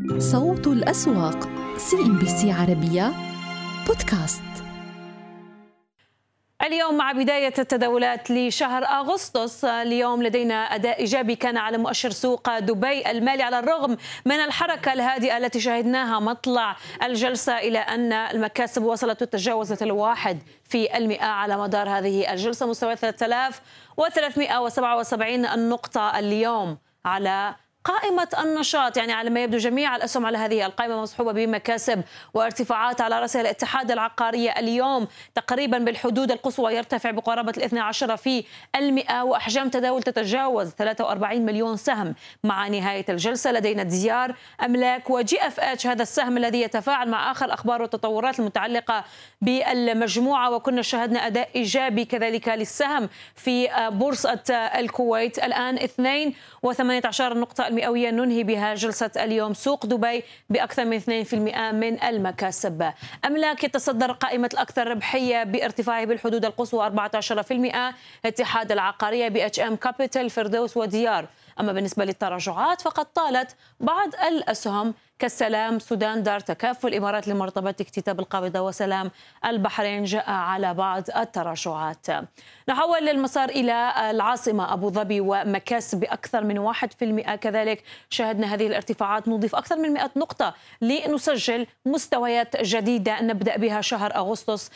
صوت الأسواق CNBC عربية بودكاست. اليوم مع بداية التداولات لشهر أغسطس، اليوم لدينا أداء إيجابي كان على مؤشر سوق دبي المالي على الرغم من الحركة الهادئة التي شهدناها مطلع الجلسة، إلى أن المكاسب وصلت وتجاوزت 1% على مدار هذه الجلسة، مستوى 3377 نقطة اليوم على قائمة النشاط. يعني على ما يبدو جميع الأسهم على هذه القائمة مصحوبة بمكاسب وارتفاعات، على رأسها الاتحاد العقارية اليوم تقريبا بالحدود القصوى يرتفع بقرابة 12%، وأحجام تداول تتجاوز 43 مليون سهم مع نهاية الجلسة. لدينا ديار أملاك وGFH، هذا السهم الذي يتفاعل مع آخر الأخبار والتطورات المتعلقة بالمجموعة، وكنا شاهدنا أداء إيجابي كذلك للسهم في بورصة الكويت. الآن 2.18 نقطة المئوية ننهي بها جلسة اليوم. سوق دبي بأكثر من 2% من المكاسب. أملاك يتصدر قائمة الأكثر ربحية بارتفاعه بالحدود القصوى 14%، اتحاد العقارية BHM كابيتال فردوس وديار. أما بالنسبة للتراجعات فقد طالت بعض الأسهم كالسلام سودان دار تكافل الإمارات لمرتبط اكتتاب القابضة وسلام البحرين جاء على بعض التراجعات. نحول للمسار إلى العاصمة أبو ظبي ومكاسب بأكثر من 1%، كذلك شاهدنا هذه الارتفاعات، نضيف أكثر من 100 نقطة لنسجل مستويات جديدة نبدأ بها شهر أغسطس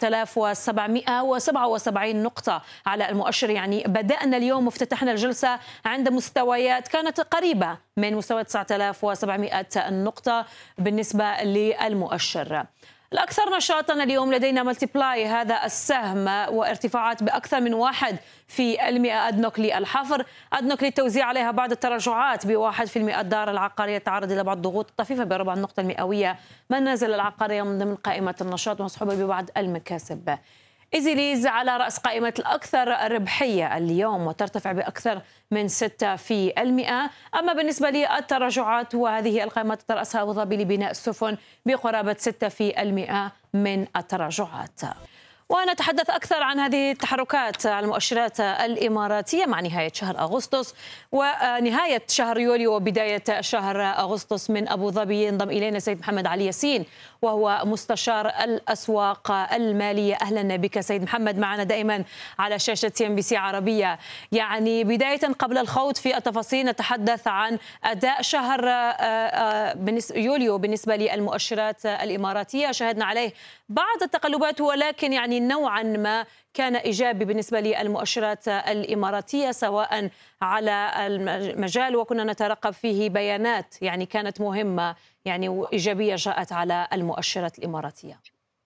9777 نقطة على المؤشر. يعني بدأنا اليوم وافتتحنا الجلسة عند مستويات كانت قريبة من مستوى 9700 النقطة بالنسبة للمؤشر. الأكثر نشاطا اليوم لدينا ملتيبلاي، هذا السهم وارتفاعات بأكثر من 1%. أدنوك للحفر، أدنوك للتوزيع عليها بعض التراجعات ب1%. الدار العقارية تعرض إلى بعض الضغوط الطفيفة بربع النقطة المئوية. منازل العقارية من ضمن قائمة النشاط مصحوبة ببعض المكاسب. إيزيليز على رأس قائمة الأكثر ربحية اليوم وترتفع بأكثر من 6%. أما بالنسبة للتراجعات وهذه القائمة ترأسها أبو ظبي لبناء السفن بقرابة 6% من التراجعات. ونتحدث أكثر عن هذه التحركات على المؤشرات الإماراتية مع نهاية شهر أغسطس ونهاية شهر يوليو وبداية شهر أغسطس. من أبو ظبي ينضم إلينا سيد محمد علي ياسين وهو مستشار الأسواق المالية. أهلا بك سيد محمد، معنا دائما على شاشة CNBC عربية. يعني بداية قبل الخوض في التفاصيل نتحدث عن أداء شهر يوليو بالنسبة للمؤشرات الإماراتية، شاهدنا عليه بعض التقلبات ولكن يعني نوعا ما كان إيجابي بالنسبة للمؤشرات الإماراتية سواء على المجال، وكنا نترقب فيه بيانات يعني كانت مهمة يعني وإيجابية جاءت على المؤشرات الإماراتية.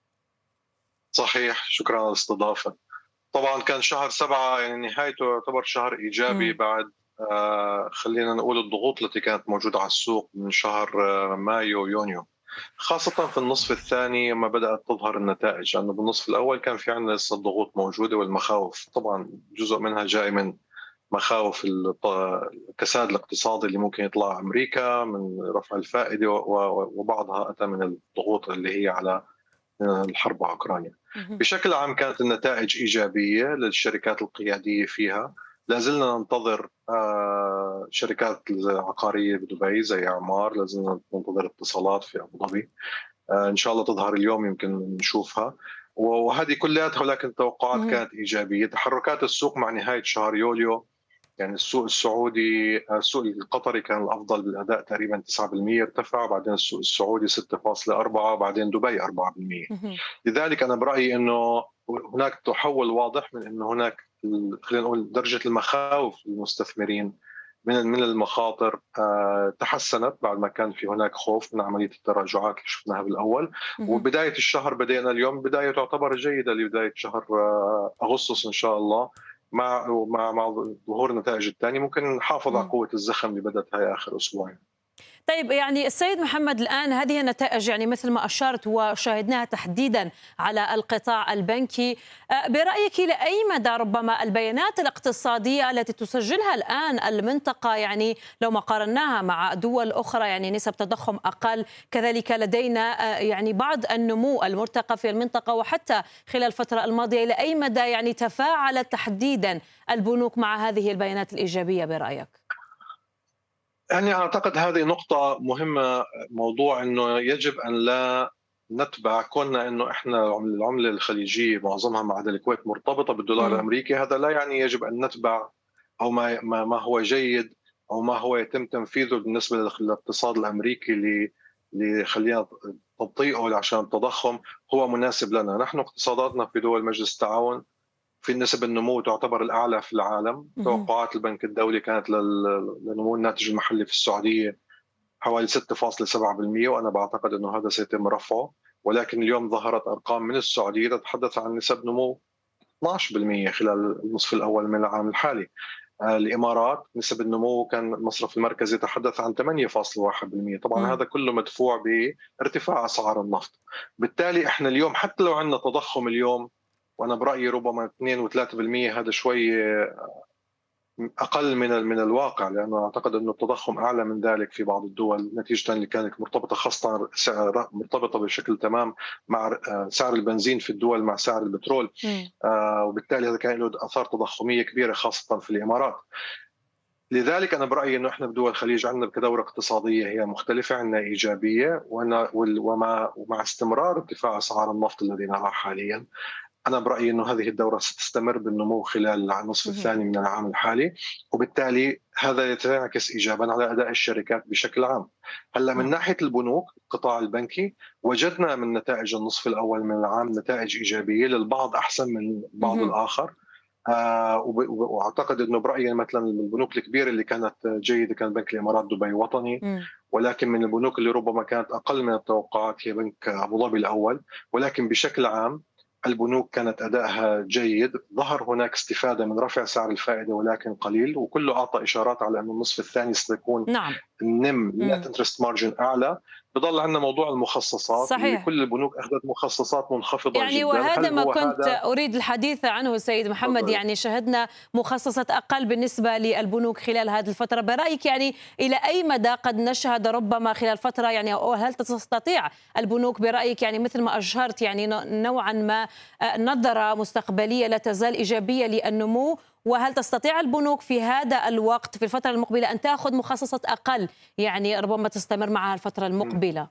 صحيح، شكرا على الاستضافة. طبعا كان شهر 7 يعني نهايته يعتبر شهر إيجابي بعد خلينا نقول الضغوط التي كانت موجودة على السوق من شهر مايو يونيو، خاصة في النصف الثاني لما بدأت تظهر النتائج، لأنه بالنصف الأول كان في عندنا لسه الضغوط موجودة والمخاوف، طبعا جزء منها جاي من مخاوف الكساد الاقتصادي اللي ممكن يطلع أمريكا من رفع الفائدة، وبعضها أتى من الضغوط اللي هي على الحرب على أوكرانيا. بشكل عام كانت النتائج إيجابية للشركات القيادية فيها. لازلنا ننتظر شركات عقارية بدبي زي أعمار، لازلنا ننتظر اتصالات في أبو ظبي، إن شاء الله تظهر اليوم يمكن نشوفها، وهذه كلها ولكن التوقعات كانت إيجابية. تحركات السوق مع نهاية شهر يوليو، يعني السوق السعودي السوق القطري كان الأفضل بالأداء تقريبا 9% ارتفع، بعدين السوق السعودي 6.4، بعدين دبي 4%. لذلك أنا برأيي أنه هناك تحول واضح من أنه هناك خلينا نقول درجة المخاوف للمستثمرين من المخاطر تحسنت بعد ما كان في هناك خوف من عملية التراجعات اللي شفناها بالأول. وبداية الشهر بدأنا اليوم بداية تعتبر جيدة لبداية شهر أغسطس إن شاء الله، مع ظهور النتائج الثانية ممكن نحافظ على قوة الزخم اللي بدأت هاي آخر أسبوعين. طيب يعني السيد محمد، الآن هذه النتائج يعني مثل ما أشرت وشاهدناها تحديدا على القطاع البنكي، برأيك لأي مدى ربما البيانات الاقتصادية التي تسجلها الآن المنطقة، يعني لو ما قارناها مع دول أخرى يعني نسب تضخم أقل، كذلك لدينا يعني بعض النمو المرتقى في المنطقة وحتى خلال الفترة الماضية، لأي مدى يعني تفاعلت تحديدا البنوك مع هذه البيانات الإيجابية برأيك؟ يعني أعتقد هذه نقطة مهمة، موضوع إنه يجب أن لا نتبع كوننا إنه إحنا العملة الخليجية معظمها ما عدا الكويت مرتبطة بالدولار مم. الأمريكي، هذا لا يعني يجب أن نتبع أو ما هو جيد أو ما هو يتم تنفيذه بالنسبة للاقتصاد الأمريكي اللي خلينا تبطيئه عشان التضخم هو مناسب لنا. نحن اقتصاداتنا في دول مجلس التعاون في نسب النمو تعتبر الأعلى في العالم. مهم. توقعات البنك الدولي كانت لنمو الناتج المحلي في السعودية حوالي 6.7%، وأنا بعتقد أنه هذا سيتم رفعه. ولكن اليوم ظهرت أرقام من السعودية تتحدث عن نسب نمو 12% خلال النصف الأول من العام الحالي. الإمارات نسب النمو كان المصرف المركزي يتحدث عن 8.1%. طبعا مم. هذا كله مدفوع بارتفاع أسعار النفط. بالتالي احنا اليوم حتى لو عندنا تضخم اليوم، وانا برايي ربما 2 و3%، هذا شوي اقل من الواقع، لانه اعتقد انه التضخم اعلى من ذلك في بعض الدول نتيجه اللي كانت مرتبطه، خاصه مرتبطه بشكل تمام مع سعر البنزين في الدول مع سعر البترول. مم. وبالتالي هذا كان له اثار تضخميه كبيره خاصه في الامارات. لذلك انا برايي انه احنا بدول الخليج عندنا كدوره اقتصاديه هي مختلفه، عندنا ايجابيه، ومع استمرار ارتفاع اسعار النفط الذي نراه حاليا، أنا برأيي أنه هذه الدورة ستستمر بالنمو خلال النصف مهم. الثاني من العام الحالي، وبالتالي هذا يتعكس إيجابا على أداء الشركات بشكل عام. هلا من نعم. ناحية البنوك القطاع البنكي، وجدنا من نتائج النصف الأول من العام نتائج إيجابية، للبعض أحسن من بعض مهم. الآخر. واعتقد انه برايي مثلا البنوك الكبيره اللي كانت جيده كان بنك الامارات دبي وطني، مم. ولكن من البنوك اللي ربما كانت اقل من التوقعات هي بنك ابو ظبي الاول. ولكن بشكل عام البنوك كانت ادائها جيد. ظهر هناك استفاده من رفع سعر الفائده ولكن قليل، وكله اعطى اشارات على انه النصف الثاني سيكون نعم. النم مم. نت انترست مارجن اعلى. بضل عندنا موضوع المخصصات اللي صحيح. كل البنوك اخذت مخصصات منخفضه يعني جدا. وهذا هل ما هو كنت هذا؟ أريد الحديث عنه سيد محمد، تفضل. يعني شهدنا مخصصات أقل بالنسبة للبنوك خلال هذه الفترة. برأيك يعني إلى أي مدى قد نشهد ربما خلال فترة، يعني أو هل تستطيع البنوك برأيك يعني مثل ما أشرت يعني نوعا ما نظرة مستقبلية لا تزال إيجابية للنمو؟ وهل تستطيع البنوك في هذا الوقت في الفترة المقبلة أن تأخذ مخصصات أقل يعني ربما تستمر معها الفترة المقبلة؟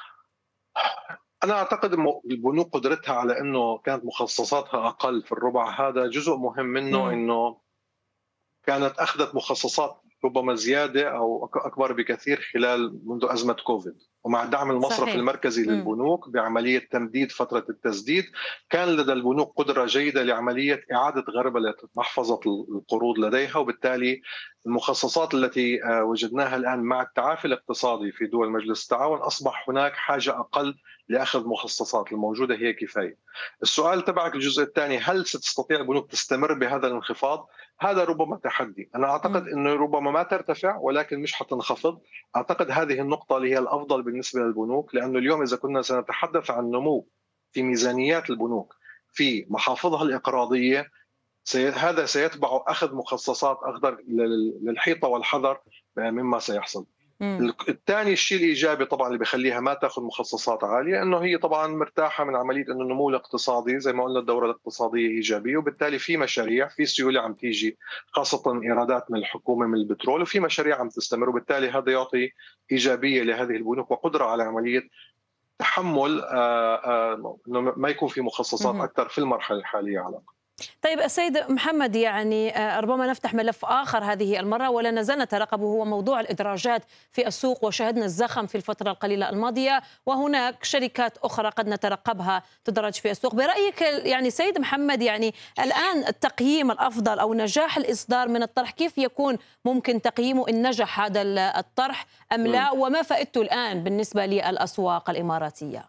أنا أعتقد البنوك قدرتها على أنه كانت مخصصاتها أقل في الربع هذا، جزء مهم منه مم. أنه كانت أخذت مخصصات ربما زيادة أو أكبر بكثير خلال منذ أزمة كوفيد، ومع دعم المصرف صحيح. المركزي مم. للبنوك بعملية تمديد فترة التسديد، كان لدى البنوك قدرة جيدة لعملية إعادة غربلة محفظة القروض لديها. وبالتالي المخصصات التي وجدناها الآن مع التعافي الاقتصادي في دول مجلس التعاون أصبح هناك حاجة أقل لأخذ مخصصات، الموجودة هي كفاية. السؤال تبعك الجزء الثاني، هل ستستطيع البنوك تستمر بهذا الانخفاض؟ هذا ربما تحدي. أنا أعتقد مم. أنه ربما ما ترتفع ولكن مش حتنخفض. أعتقد هذه النقطة اللي هي الأفضل بالنسبة للبنوك، لأنه اليوم إذا كنا سنتحدث عن نمو في ميزانيات البنوك في محافظها الإقراضية، هذا سيتبع أخذ مخصصات أخضر للحيطة والحذر مما سيحصل. مم. الثاني الشيء الايجابي طبعا اللي بخليها ما تاخذ مخصصات عاليه، انه هي طبعا مرتاحه من عمليه انه النمو الاقتصادي زي ما قلنا الدوره الاقتصاديه ايجابيه، وبالتالي في مشاريع، في سيوله عم تيجي خاصه ايرادات من الحكومه من البترول، وفي مشاريع عم تستمر، وبالتالي هذا يعطي ايجابيه لهذه البنوك وقدره على عمليه تحمل انه ما يكون في مخصصات مم. اكثر في المرحله الحاليه على الأقل. طيب السيد محمد، يعني ربما نفتح ملف آخر هذه المرة ولا نزال نترقبه، هو موضوع الإدراجات في السوق، وشهدنا الزخم في الفترة القليلة الماضية، وهناك شركات أخرى قد نترقبها تدرج في السوق. برأيك يعني سيد محمد، يعني الآن التقييم الأفضل أو نجاح الإصدار من الطرح كيف يكون ممكن تقييمه إن نجح هذا الطرح أم لا، وما فائدته الآن بالنسبة للأسواق الإماراتية؟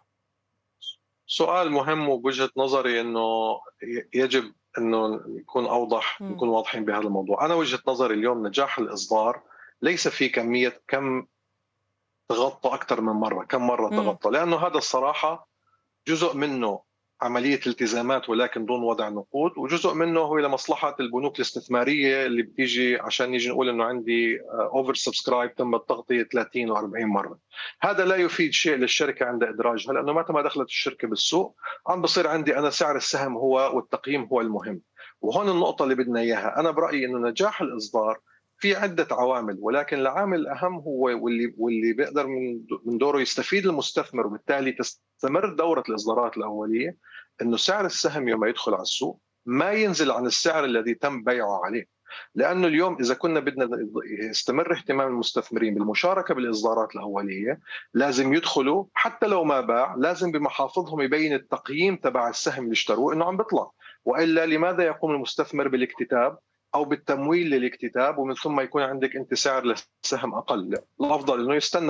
سؤال مهم، وبوجهة نظري انه يجب انه يكون اوضح، نكون واضحين بهذا الموضوع. انا وجهة نظري اليوم نجاح الاصدار ليس في كمية كم تغطى اكثر من مرة، كم مرة مم. تغطى، لانه هذا الصراحة جزء منه عملية التزامات ولكن دون وضع نقود، وجزء منه هو لمصلحة البنوك الاستثمارية اللي بتيجي عشان نيجي نقول انه عندي اوفر سبسكرايب تم التغطية 30 و40 مرة. هذا لا يفيد شيء للشركة عند ادراجها، لانه متى ما دخلت الشركة بالسوق عم بصير عندي انا سعر السهم هو والتقييم هو المهم. وهون النقطة اللي بدنا اياها، انا برأيي انه نجاح الاصدار في عدة عوامل، ولكن العامل الأهم هو واللي بيقدر من دوره يستفيد المستثمر، وبالتالي تستمر دورة الإصدارات الأولية، أنه سعر السهم يوم يدخل على السوق ما ينزل عن السعر الذي تم بيعه عليه. لأنه اليوم إذا كنا بدنا يستمر اهتمام المستثمرين بالمشاركة بالإصدارات الأولية، لازم يدخلوا حتى لو ما باع، لازم بمحافظهم يبين التقييم تبع السهم اللي اشتروه إنه عم بيطلع. وإلا لماذا يقوم المستثمر بالاكتتاب أو بالتمويل للاكتتاب ومن ثم يكون عندك أنت سعر للسهم أقل؟ الأفضل إنه يستنى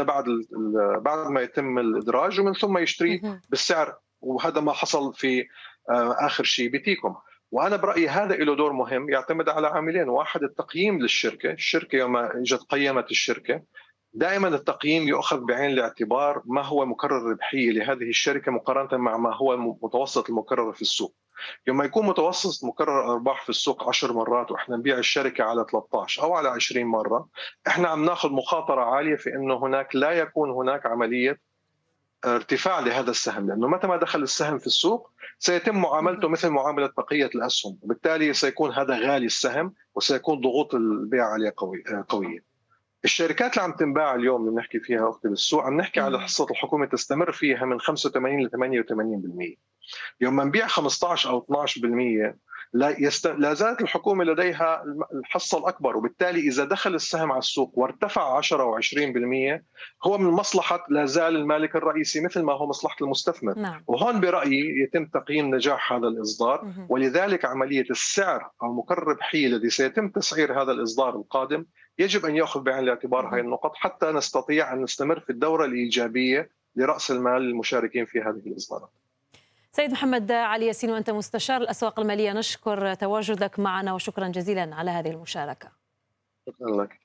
بعد ما يتم الإدراج ومن ثم يشتري بالسعر، وهذا ما حصل في آخر شيء بتيكوم. وأنا برأيي هذا له دور مهم يعتمد على عاملين. واحد، التقييم للشركة. الشركة يوم اجت قيمت الشركة، دائما التقييم يؤخذ بعين الاعتبار ما هو مكرر الربحية لهذه الشركة مقارنة مع ما هو متوسط المكرر في السوق. يوم يكون متوسط مكرر أرباح في السوق 10 مرات وإحنا نبيع الشركة على 13 أو على 20 مرة، إحنا عم ناخذ مخاطرة عالية في أنه هناك لا يكون هناك عملية ارتفاع لهذا السهم، لأنه متى ما دخل السهم في السوق سيتم معاملته مثل معاملة بقية الأسهم، وبالتالي سيكون هذا غالي السهم وسيكون ضغوط البيع عليه قوية. الشركات اللي عم تنباع اليوم اللي بنحكي فيها أختي بالسوق، عم نحكي على حصة الحكومة تستمر فيها من 85 ل 88%. يوم ما نبيع 15 أو 12%، لا زالت الحكومة لديها الحصة الأكبر، وبالتالي إذا دخل السهم على السوق وارتفع 10 أو 20%، هو من مصلحة لا زال المالك الرئيسي مثل ما هو مصلحة المستثمر. نعم. وهون برأيي يتم تقييم نجاح هذا الإصدار، ولذلك عملية السعر أو مكرر الربحية الذي سيتم تسعير هذا الإصدار القادم يجب أن يأخذ بعين الاعتبار هذه النقط حتى نستطيع أن نستمر في الدورة الإيجابية لرأس المال المشاركين في هذه الإصدارات. سيد محمد علي ياسين، وأنت مستشار الأسواق المالية، نشكر تواجدك معنا وشكرا جزيلا على هذه المشاركة. شكرا لك.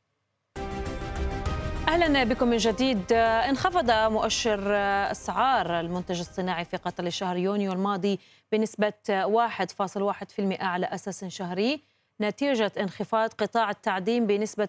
أهلا بكم من جديد. انخفض مؤشر أسعار المنتج الصناعي في قطر لشهر يونيو الماضي بنسبة 1.1% على أساس شهري، نتيجة انخفاض قطاع التعدين بنسبة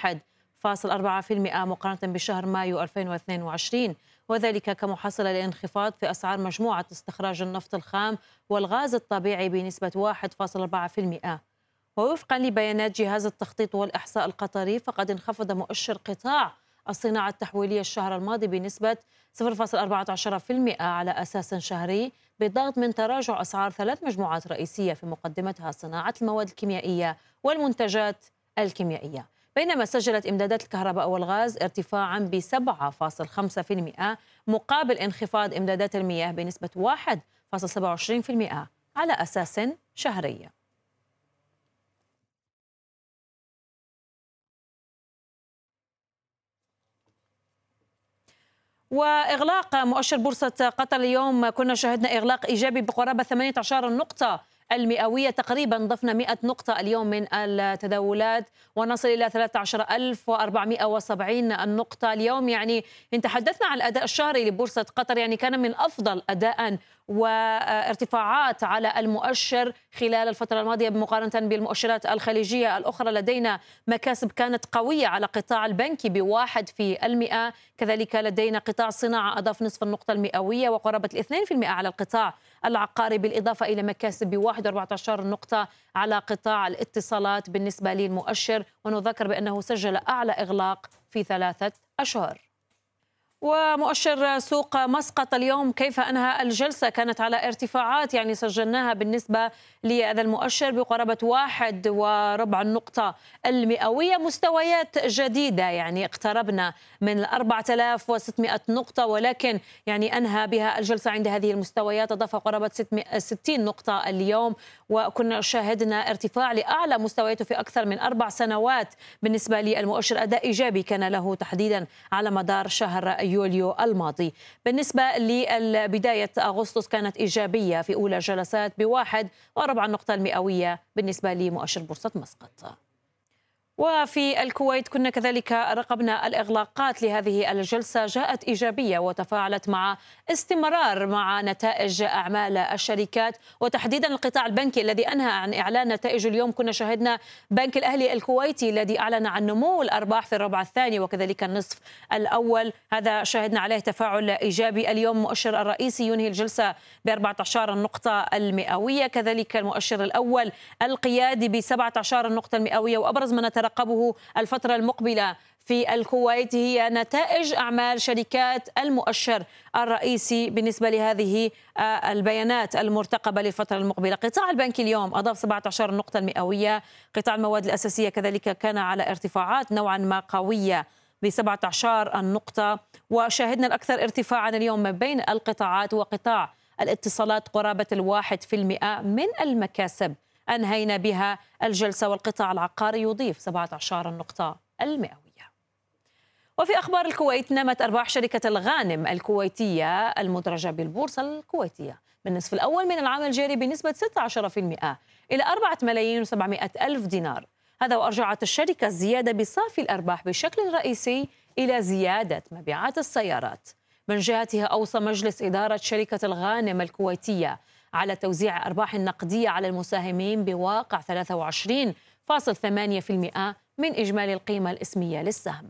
1.4% مقارنة بشهر مايو 2022، وذلك كمحصلة لانخفاض في أسعار مجموعة استخراج النفط الخام والغاز الطبيعي بنسبة 1.4%. ووفقا لبيانات جهاز التخطيط والإحصاء القطري، فقد انخفض مؤشر قطاع الصناعة التحويلية الشهر الماضي بنسبة 0.14% على أساس شهري، بضغط من تراجع أسعار 3 مجموعات رئيسية في مقدمتها صناعة المواد الكيميائية والمنتجات الكيميائية. بينما سجلت إمدادات الكهرباء والغاز ارتفاعا ب 7.5% مقابل انخفاض إمدادات المياه بنسبة 1.27% على أساس شهري. وإغلاق مؤشر بورصة قطر اليوم، كنا شهدنا إغلاق إيجابي بقرابة 18 نقطة المئوية تقريبا، ضفنا 100 نقطة اليوم من التداولات ونصل إلى 13470 النقطة اليوم. يعني إن تحدثنا عن الأداء الشهري لبورصة قطر، يعني كان من أفضل أداء وارتفاعات على المؤشر خلال الفترة الماضية مقارنة بالمؤشرات الخليجية الأخرى. لدينا مكاسب كانت قوية على قطاع البنكي ب1%، كذلك لدينا قطاع الصناعة أضاف نصف النقطة المئوية وقرابة 2% على القطاع العقاري، بالإضافة إلى مكاسب ب1.14 نقطة على قطاع الاتصالات بالنسبة للمؤشر، ونذكر بأنه سجل أعلى إغلاق في 3 أشهر. ومؤشر سوق مسقط اليوم كيف أنهى الجلسة؟ كانت على ارتفاعات يعني سجلناها بالنسبة لهذا المؤشر بقرابة 1.25 نقطة المئوية، مستويات جديدة، يعني اقتربنا من 4600 نقطة، ولكن يعني أنهى بها الجلسة عند هذه المستويات، أضاف قرابة 60 نقطة اليوم، وكنا شاهدنا ارتفاع لأعلى مستوياته في أكثر من 4 سنوات بالنسبة للمؤشر. أداء إيجابي كان له تحديدا على مدار شهر يوليو الماضي. بالنسبة لبداية أغسطس كانت إيجابية في أولى جلسات ب1.4 نقطة المئوية بالنسبة لمؤشر بورصة مسقط. وفي الكويت كنا كذلك راقبنا الإغلاقات لهذه الجلسة، جاءت إيجابية وتفاعلت مع استمرار مع نتائج أعمال الشركات، وتحديدا القطاع البنكي الذي أنهى عن إعلان نتائج اليوم. كنا شاهدنا بنك الأهلي الكويتي الذي أعلن عن نمو الأرباح في الربع الثاني وكذلك النصف الأول، هذا شاهدنا عليه تفاعل إيجابي. اليوم المؤشر الرئيسي ينهي الجلسة ب14 النقطة المئوية، كذلك المؤشر الأول القيادي ب17 النقطة المئوية، وأبرز ما نترقب نترقبه الفترة المقبلة في الكويت هي نتائج أعمال شركات المؤشر الرئيسي بالنسبة لهذه البيانات المرتقبة للفترة المقبلة. قطاع البنك اليوم أضاف 17 نقطة مئوية، قطاع المواد الأساسية كذلك كان على ارتفاعات نوعا ما قوية ب 17 النقطة، وشاهدنا الأكثر ارتفاعا اليوم ما بين القطاعات وقطاع الاتصالات قرابة 1% من المكاسب أنهينا بها الجلسة، والقطاع العقاري يضيف 17 النقطة المئوية. وفي أخبار الكويت، نمت أرباح شركة الغانم الكويتية المدرجة بالبورصة الكويتية بالنصف الأول من العام الجاري بنسبة 16% إلى 4,700,000 دينار. هذا وأرجعت الشركة الزيادة بصافي الأرباح بشكل رئيسي إلى زيادة مبيعات السيارات. من جهتها أوصى مجلس إدارة شركة الغانم الكويتية على توزيع أرباح نقدية على المساهمين بواقع 23.8% من إجمالي القيمة الإسمية للسهم.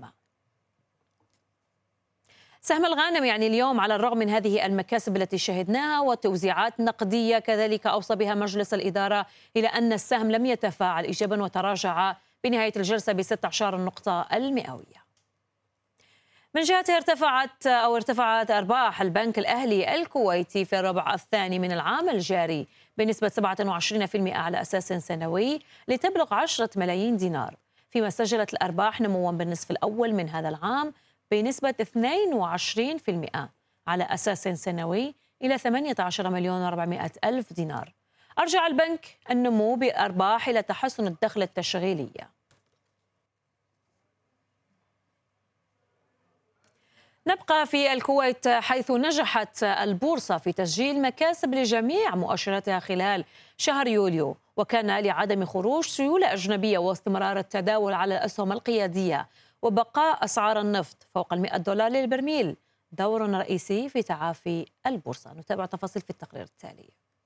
سهم الغانم اليوم على الرغم من هذه المكاسب التي شهدناها وتوزيعات نقدية كذلك أوصى بها مجلس الإدارة إلى أن السهم لم يتفاعل إيجابا وتراجع بنهاية الجلسة ب 16 النقطة المئوية. من جهتها ارتفعت أرباح البنك الأهلي الكويتي في الربع الثاني من العام الجاري بنسبة 27% على أساس سنوي لتبلغ 10 ملايين دينار، فيما سجلت الأرباح نموا بالنصف الأول من هذا العام بنسبة 22% على أساس سنوي إلى 18,400,000 دينار. أرجع البنك النمو بأرباح إلى تحسن الدخل التشغيلي. نبقى في الكويت، حيث نجحت البورصة في تسجيل مكاسب لجميع مؤشراتها خلال شهر يوليو، وكان لعدم خروج سيولة أجنبية واستمرار التداول على الأسهم القيادية وبقاء أسعار النفط فوق $100 للبرميل دور رئيسي في تعافي البورصة. نتابع تفاصيل في التقرير التالي.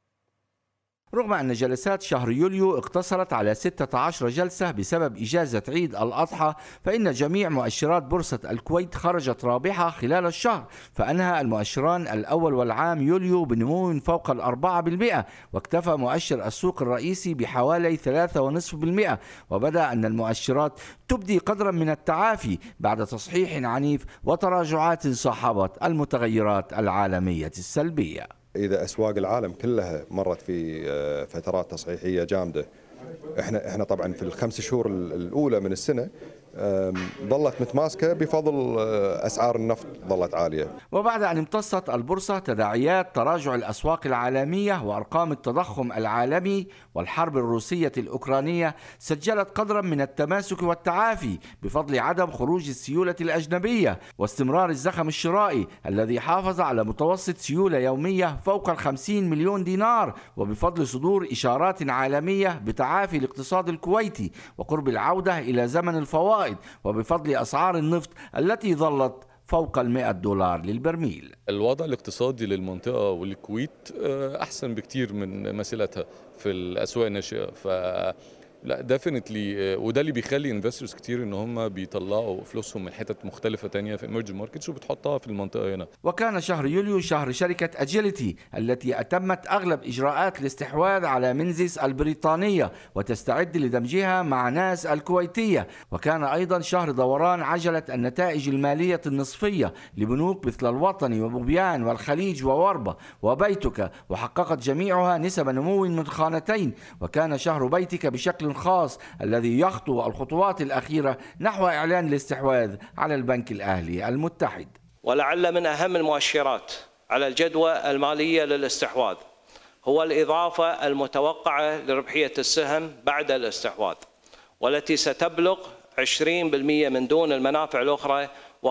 رغم أن جلسات شهر يوليو اقتصرت على 16 جلسة بسبب إجازة عيد الأضحى، فإن جميع مؤشرات بورصة الكويت خرجت رابحة خلال الشهر، فأنهى المؤشران الأول والعام يوليو بنمو فوق 4%، واكتفى مؤشر السوق الرئيسي بحوالي 3.5%، وبدأ أن المؤشرات تبدي قدرا من التعافي بعد تصحيح عنيف وتراجعات صاحبت المتغيرات العالمية السلبية. إذا أسواق العالم كلها مرت في فترات تصحيحية جامدة، احنا طبعا في الخمس شهور الأولى من السنة ظلت متماسكة بفضل أسعار النفط ظلت عالية. وبعد أن امتصت البورصة تداعيات تراجع الأسواق العالمية وأرقام التضخم العالمي والحرب الروسية الأوكرانية، سجلت قدرا من التماسك والتعافي بفضل عدم خروج السيولة الأجنبية واستمرار الزخم الشرائي الذي حافظ على متوسط سيولة يومية فوق 50 مليون دينار، وبفضل صدور إشارات عالمية بتعافي الاقتصاد الكويتي وقرب العودة إلى زمن الفوائد، وبفضل أسعار النفط التي ظلت فوق $100 للبرميل. الوضع الاقتصادي للمنطقة والكويت أحسن بكتير من مثيلتها في الأسواق الناشئة، لا ديفينتلي، وده اللي بيخلي انفسترز كتير ان هم بيطلعوا فلوسهم من حتت مختلفه تانية في ايمرجنج ماركتس وبتحطها في المنطقه هنا. وكان شهر يوليو شهر شركه اجيليتي التي اتمت اغلب اجراءات الاستحواذ على منزيس البريطانيه وتستعد لدمجها مع ناس الكويتيه، وكان ايضا شهر دوران عجله النتائج الماليه النصفيه لبنوك مثل الوطني وبوبيان والخليج ووربه وبيتك، وحققت جميعها نسب نمو متخانتين. وكان شهر بيتك بشكل خاص الذي يخطو الخطوات الأخيرة نحو إعلان الاستحواذ على البنك الأهلي المتحد. ولعل من أهم المؤشرات على الجدوى المالية للاستحواذ هو الإضافة المتوقعة لربحية السهم بعد الاستحواذ، والتي ستبلغ 20% من دون المنافع الأخرى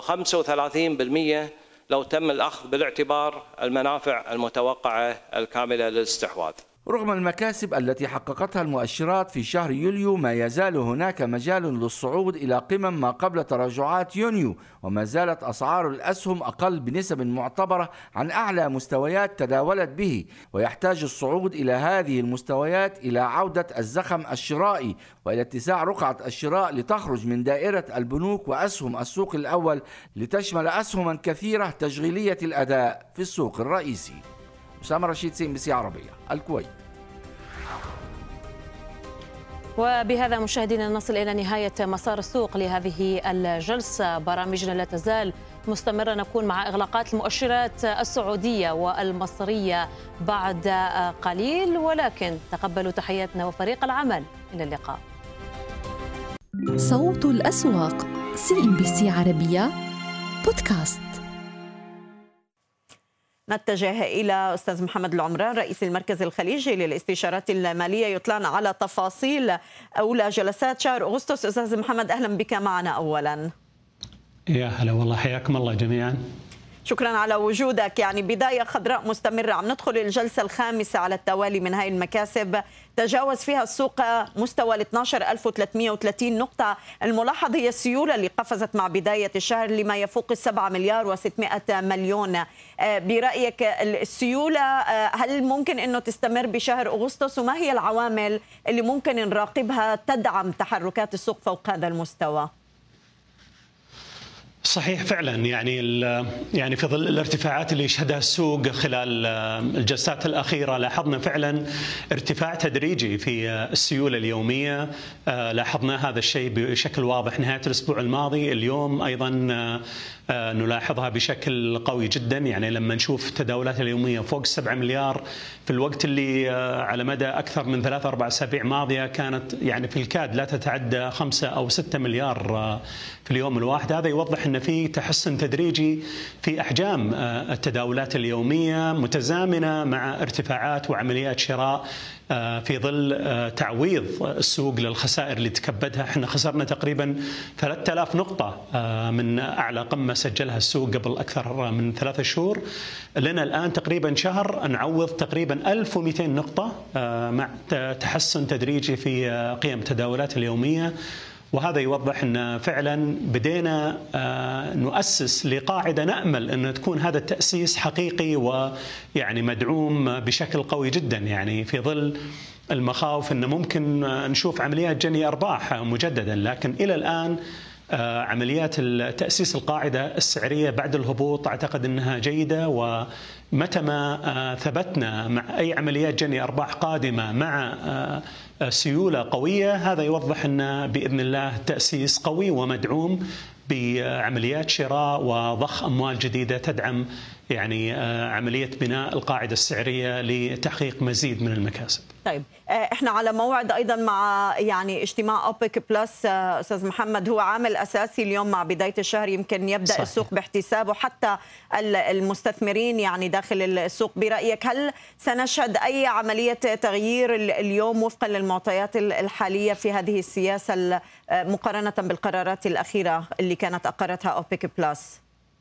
و35% لو تم الأخذ بالاعتبار المنافع المتوقعة الكاملة للاستحواذ. رغم المكاسب التي حققتها المؤشرات في شهر يوليو، ما يزال هناك مجال للصعود إلى قمم ما قبل تراجعات يونيو، وما زالت أسعار الأسهم أقل بنسب معتبرة عن أعلى مستويات تداولت به، ويحتاج الصعود إلى هذه المستويات إلى عودة الزخم الشرائي وإلى اتساع رقعة الشراء لتخرج من دائرة البنوك وأسهم السوق الأول لتشمل أسهما كثيرة تشغيلية الأداء في السوق الرئيسي. أسامة رشيد، CNBC عربية، الكويت. وبهذا مشاهدينا نصل إلى نهاية مسار السوق لهذه الجلسة. برامجنا لا تزال مستمرة، نكون مع إغلاقات المؤشرات السعودية والمصرية بعد قليل، ولكن تقبلوا تحياتنا وفريق العمل. إلى اللقاء. صوت الأسواق CNBC عربية بودكاست. نتجه إلى أستاذ محمد العمران رئيس المركز الخليجي للاستشارات المالية يطلعنا على تفاصيل أولى جلسات شهر أغسطس. أستاذ محمد أهلا بك معنا. أولا يا هلا والله، حياكم الله جميعا. شكرا على وجودك. يعني بداية خضراء مستمرة، عم ندخل الجلسة الخامسة على التوالي من هاي المكاسب، تجاوز فيها السوق مستوى ال 12330 نقطة. الملاحظ هي السيولة اللي قفزت مع بداية الشهر لما يفوق 7 مليار و600 مليون. برأيك السيولة هل ممكن أنه تستمر بشهر أغسطس، وما هي العوامل اللي ممكن نراقبها تدعم تحركات السوق فوق هذا المستوى؟ صحيح فعلا، يعني في ظل الارتفاعات اللي شهدها السوق خلال الجلسات الأخيرة لاحظنا فعلا ارتفاع تدريجي في السيولة اليومية. لاحظنا هذا الشيء بشكل واضح نهاية الأسبوع الماضي. اليوم أيضا نلاحظها بشكل قوي جدا، يعني لما نشوف التداولات اليومية فوق 7 مليار في الوقت اللي على مدى أكثر من 3-4 أسابيع ماضية كانت يعني في الكاد لا تتعدى 5 أو 6 مليار في اليوم الواحد. هذا يوضح أن في تحسن تدريجي في أحجام التداولات اليومية متزامنة مع ارتفاعات وعمليات شراء في ظل تعويض السوق للخسائر اللي تكبدها. احنا خسرنا تقريبا 3000 نقطة من أعلى قمة سجلها السوق قبل أكثر من 3 شهور. لنا الآن تقريبا شهر نعوض تقريبا 1200 نقطة مع تحسن تدريجي في قيم التداولات اليومية. وهذا يوضح أن فعلا بدينا نؤسس لقاعدة نأمل أن تكون هذا التأسيس حقيقي ويعني مدعوم بشكل قوي جدا، يعني في ظل المخاوف أن ممكن نشوف عمليات جني أرباح مجددا. لكن إلى الآن عمليات تأسيس القاعدة السعرية بعد الهبوط أعتقد أنها جيدة، ومتى ما ثبتنا مع أي عمليات جني أرباح قادمة مع سيولة قوية، هذا يوضح أن بإذن الله تأسيس قوي ومدعوم بعمليات شراء وضخ أموال جديدة تدعم يعني عملية بناء القاعدة السعرية لتحقيق مزيد من المكاسب. طيب احنا على موعد ايضا مع يعني اجتماع اوبك بلس استاذ محمد، هو عامل اساسي اليوم مع بدايه الشهر، يمكن يبدا صحيح. السوق باحتسابه حتى المستثمرين يعني داخل السوق. برايك هل سنشهد اي عمليه تغيير اليوم وفقا للمعطيات الحاليه في هذه السياسه مقارنه بالقرارات الاخيره اللي كانت اقرتها اوبك بلس؟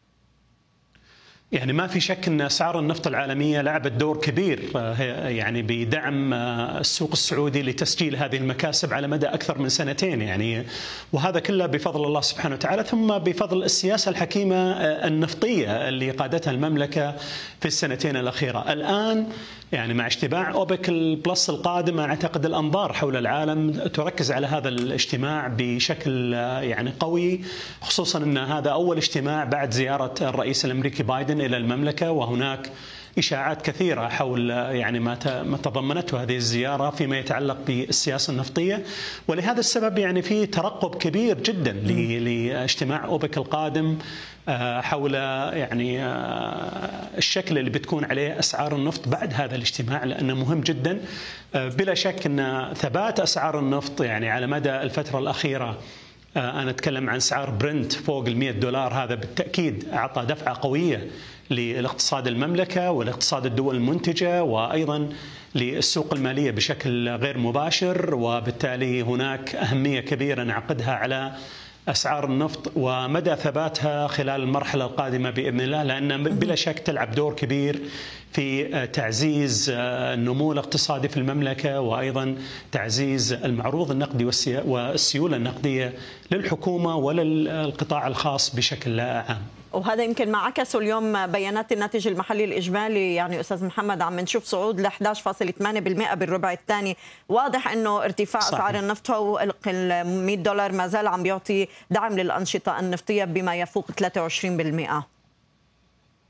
يعني ما في شك أن أسعار النفط العالمية لعبت دور كبير يعني بدعم السوق السعودي لتسجيل هذه المكاسب على مدى أكثر من 2 سنين يعني، وهذا كله بفضل الله سبحانه وتعالى، ثم بفضل السياسة الحكيمة النفطية اللي قادتها المملكة في السنتين الأخيرة. الآن يعني مع اجتماع أوبك البلس القادم أعتقد الأنظار حول العالم تركز على هذا الاجتماع بشكل يعني قوي، خصوصا أن هذا أول اجتماع بعد زيارة الرئيس الأمريكي بايدن إلى المملكة، وهناك إشاعات كثيرة حول يعني ما تضمنته هذه الزيارة فيما يتعلق بالسياسة النفطية. ولهذا السبب يعني في ترقب كبير جدا لاجتماع أوبك القادم حول يعني الشكل اللي بتكون عليه أسعار النفط بعد هذا الاجتماع، لأنه مهم جدا. بلا شك أن ثبات أسعار النفط يعني على مدى الفترة الأخيرة، أنا أتكلم عن أسعار برنت فوق $100، هذا بالتأكيد أعطى دفعة قوية للاقتصاد المملكة والاقتصاد الدول المنتجة، وأيضا للسوق المالية بشكل غير مباشر. وبالتالي هناك أهمية كبيرة نعقدها على أسعار النفط ومدى ثباتها خلال المرحلة القادمة بإذن الله، لأن بلا شك تلعب دور كبير في تعزيز النمو الاقتصادي في المملكة، وأيضا تعزيز المعروض النقدي والسيولة النقدية للحكومة وللقطاع الخاص بشكل عام. وهذا يمكن ما عكسوا اليوم بيانات الناتج المحلي الإجمالي. يعني أستاذ محمد عم نشوف صعود ل 11.8% بالربع الثاني. واضح أنه ارتفاع صحيح. أسعار النفط $100 ما زال عم بيعطي دعم للأنشطة النفطية بما يفوق 23%.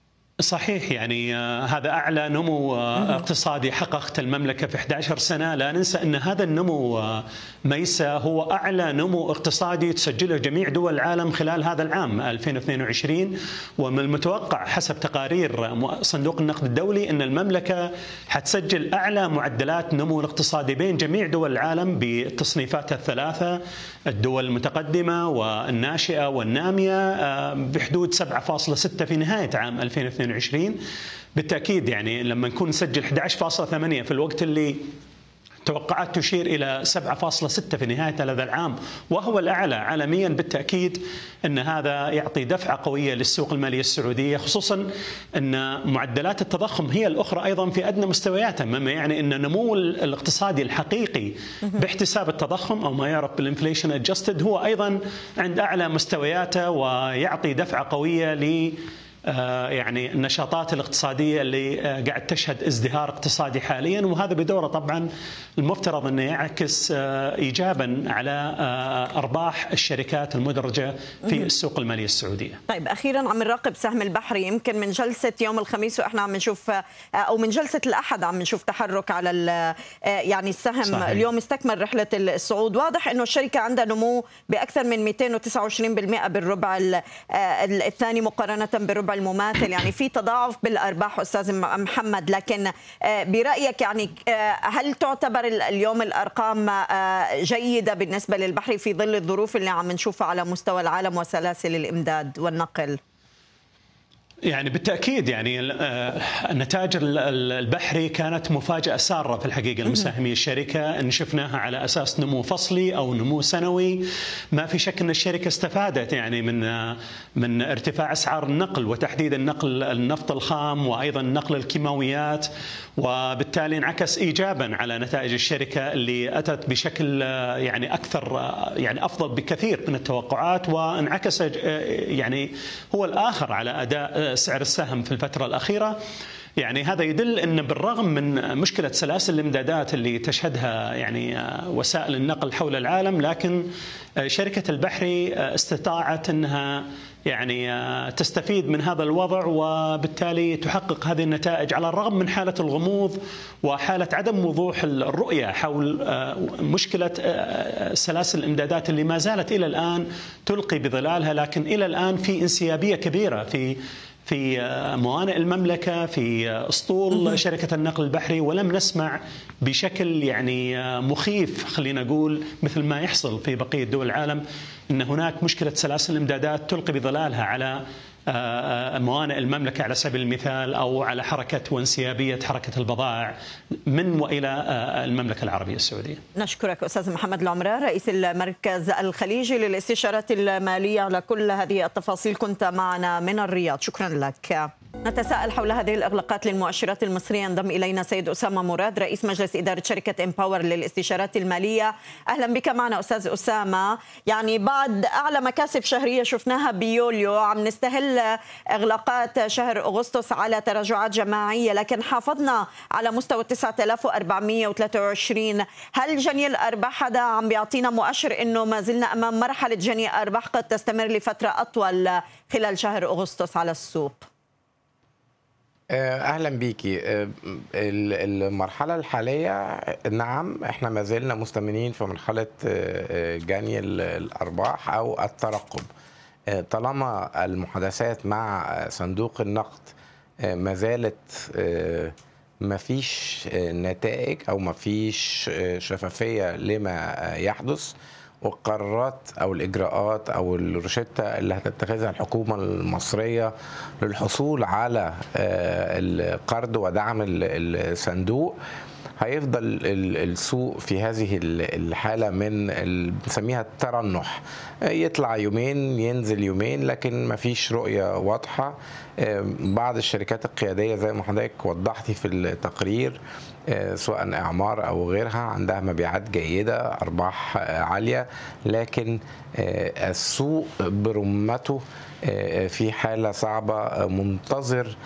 صحيح، يعني هذا أعلى نمو اقتصادي حققته المملكة في 11 سنة. لا ننسى أن هذا النمو ميسا هو أعلى نمو اقتصادي تسجله جميع دول العالم خلال هذا العام 2022. ومن المتوقع حسب تقارير صندوق النقد الدولي أن المملكة حتسجل أعلى معدلات نمو الاقتصادي بين جميع دول العالم بالتصنيفاتها الثلاثة، الدول المتقدمة والناشئة والنامية، بحدود 7.6 في نهاية عام 2022. بالتأكيد يعني لما نكون نسجل 11.8 في الوقت اللي توقعات تشير إلى 7.6 في نهاية هذا العام وهو الأعلى عالميا، بالتأكيد أن هذا يعطي دفعة قوية للسوق المالية السعودية، خصوصا أن معدلات التضخم هي الأخرى أيضا في أدنى مستوياتها، مما يعني أن النمو الاقتصادي الحقيقي باحتساب التضخم أو ما يعرف بالإنفليشن أدجستد هو أيضا عند أعلى مستوياته، ويعطي دفعة قوية ل يعني النشاطات الاقتصادية اللي قاعد تشهد ازدهار اقتصادي حاليا، وهذا بدوره طبعا المفترض أنه يعكس إيجابا على أرباح الشركات المدرجة في السوق المالية السعودية. طيب أخيرا عم نراقب سهم البحري، يمكن من جلسة يوم الخميس وإحنا عم نشوف أو من جلسة الأحد عم نشوف تحرك على يعني السهم. صحيح. اليوم استكمل رحلة الصعود، واضح أنه الشركة عندها نمو بأكثر من 229% بالربع الثاني مقارنة بالربع المماثل، يعني في تضاعف بالأرباح أستاذ محمد. لكن برأيك يعني هل تعتبر اليوم الأرقام جيدة بالنسبة للبحري في ظل الظروف اللي عم نشوفها على مستوى العالم وسلاسل الإمداد والنقل؟ يعني بالتأكيد يعني النتائج البحري كانت مفاجأة سارة في الحقيقة لمساهمي الشركة، أن شفناها على أساس نمو فصلي أو نمو سنوي. ما في شك أن الشركة استفادت يعني من ارتفاع أسعار النقل، وتحديدا نقل النفط الخام وأيضا نقل الكيماويات، وبالتالي انعكس إيجابا على نتائج الشركة اللي أتت بشكل يعني أكثر يعني أفضل بكثير من التوقعات، وانعكس يعني هو الآخر على أداء سعر السهم في الفترة الأخيرة. يعني هذا يدل أن بالرغم من مشكلة سلاسل الإمدادات اللي تشهدها يعني وسائل النقل حول العالم، لكن شركة البحري استطاعت أنها يعني تستفيد من هذا الوضع، وبالتالي تحقق هذه النتائج على الرغم من حالة الغموض وحالة عدم وضوح الرؤية حول مشكلة سلاسل الإمدادات اللي ما زالت إلى الآن تلقي بظلالها. لكن إلى الآن في انسيابية كبيرة في موانئ المملكة، في أسطول شركة النقل البحري، ولم نسمع بشكل يعني مخيف خلينا نقول مثل ما يحصل في بقية دول العالم أن هناك مشكلة سلاسل الإمدادات تلقي بظلالها على موانئ المملكة على سبيل المثال، أو على حركة وانسيابية حركة البضائع من وإلى المملكة العربية السعودية. نشكرك أستاذ محمد العمران رئيس المركز الخليجي للاستشارات المالية على كل هذه التفاصيل، كنت معنا من الرياض، شكرا لك. نتساءل حول هذه الإغلاقات للمؤشرات المصرية. ينضم إلينا سيد أسامة مراد رئيس مجلس إدارة شركة إمباور للاستشارات المالية. أهلا بك معنا أستاذ أسامة. يعني بعد أعلى مكاسب شهرية شفناها بيوليو عم نستهل إغلاقات شهر أغسطس على تراجعات جماعية، لكن حافظنا على مستوى 9423. هل جني الأرباح هذا عم بيعطينا مؤشر أنه ما زلنا أمام مرحلة جني أرباح قد تستمر لفترة أطول خلال شهر أغسطس على السوق؟ اهلا بيكي. المرحله الحاليه نعم احنا ما زلنا مستمرين في مرحله جني الارباح او الترقب، طالما المحادثات مع صندوق النقد ما زالت ما فيش نتائج او ما فيش شفافيه لما يحدث، والقرارات أو الإجراءات أو الروشتة اللي هتتخذها الحكومة المصرية للحصول على القرض ودعم الصندوق، هيفضل السوق في هذه الحالة من بنسميها الترنح، يطلع يومين ينزل يومين، لكن ما فيش رؤية واضحة. بعض الشركات القيادية زي ما حضرتك وضحتي في التقرير سواء إعمار أو غيرها عندها مبيعات جيدة، أرباح عالية، لكن السوق برمته في حالة صعبة، منتظر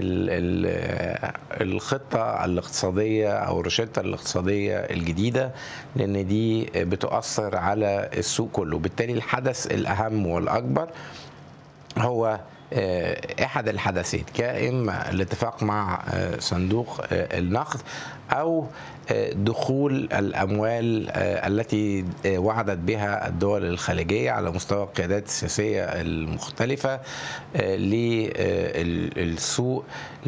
الخطة الاقتصادية أو الروشتة الاقتصادية الجديدة، لأن دي بتؤثر على السوق كله. بالتالي الحدث الأهم والأكبر هو احد الحدثين، كإما الاتفاق مع صندوق النقد او دخول الاموال التي وعدت بها الدول الخليجيه على مستوى القيادات السياسيه المختلفه للسوق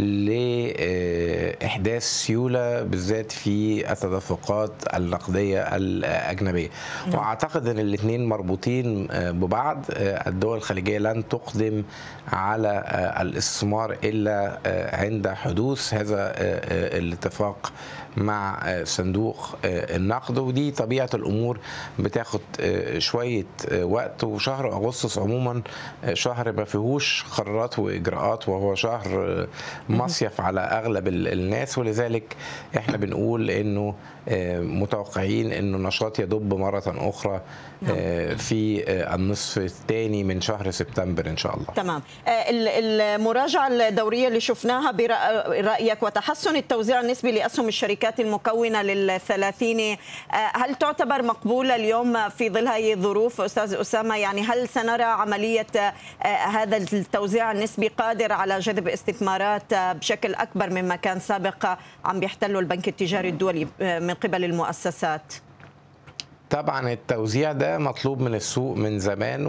لاحداث سيوله بالذات في التدفقات النقديه الاجنبيه. واعتقد ان الاثنين مربوطين ببعض. الدول الخليجيه لن تقدم على الاستثمار الا عند حدوث هذا الاتفاق مع صندوق النقد، ودي طبيعة الأمور بتاخد شوية وقت. وشهر أغسطس عموما شهر ما فيهوش قرارات وإجراءات، وهو شهر مصيف على أغلب الناس، ولذلك احنا بنقول إنه متوقعين إنه النشاط يدب مرة أخرى في النصف الثاني من شهر سبتمبر إن شاء الله. تمام. المراجعة الدورية اللي شفناها برأيك وتحسن التوزيع النسبي لأسهم الشركات المكونة لل30، هل تعتبر مقبولة اليوم في ظل هذه الظروف أستاذ أسامة؟ يعني هل سنرى عملية هذا التوزيع النسبي قادر على جذب استثمارات بشكل أكبر مما كان سابقا عم بيحتله البنك التجاري الدولي من قبل المؤسسات؟ طبعا التوزيع ده مطلوب من السوق من زمان،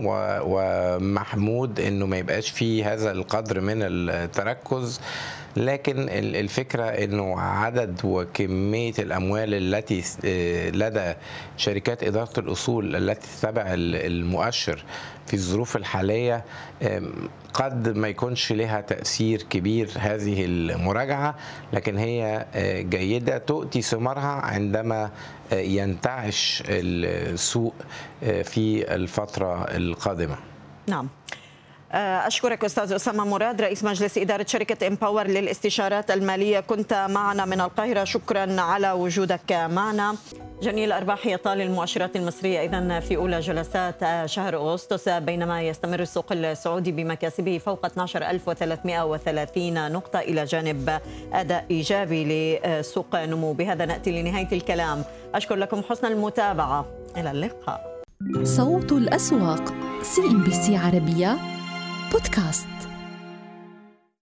ومحمود انه ما يبقاش فيه هذا القدر من التركز، لكن الفكرة انه عدد وكمية الاموال التي لدى شركات ادارة الاصول التي تتبع المؤشر في الظروف الحالية قد ما يكونش لها تأثير كبير هذه المراجعة، لكن هي جيدة تؤتي ثمارها عندما ينتعش السوق في الفترة القادمة. نعم. أشكرك أستاذ أسامة مراد، رئيس مجلس إدارة شركة إمباور للاستشارات المالية، كنت معنا من القاهرة. شكرا على وجودك معنا. جني الأرباح يطال المؤشرات المصرية إذن في أولى جلسات شهر أغسطس، بينما يستمر السوق السعودي بمكاسبه فوق 12330 نقطة إلى جانب أداء إيجابي لسوق نمو. بهذا نأتي لنهاية الكلام. أشكر لكم حسن المتابعة، إلى اللقاء. صوت الأسواق، CNBC عربية بودكاست.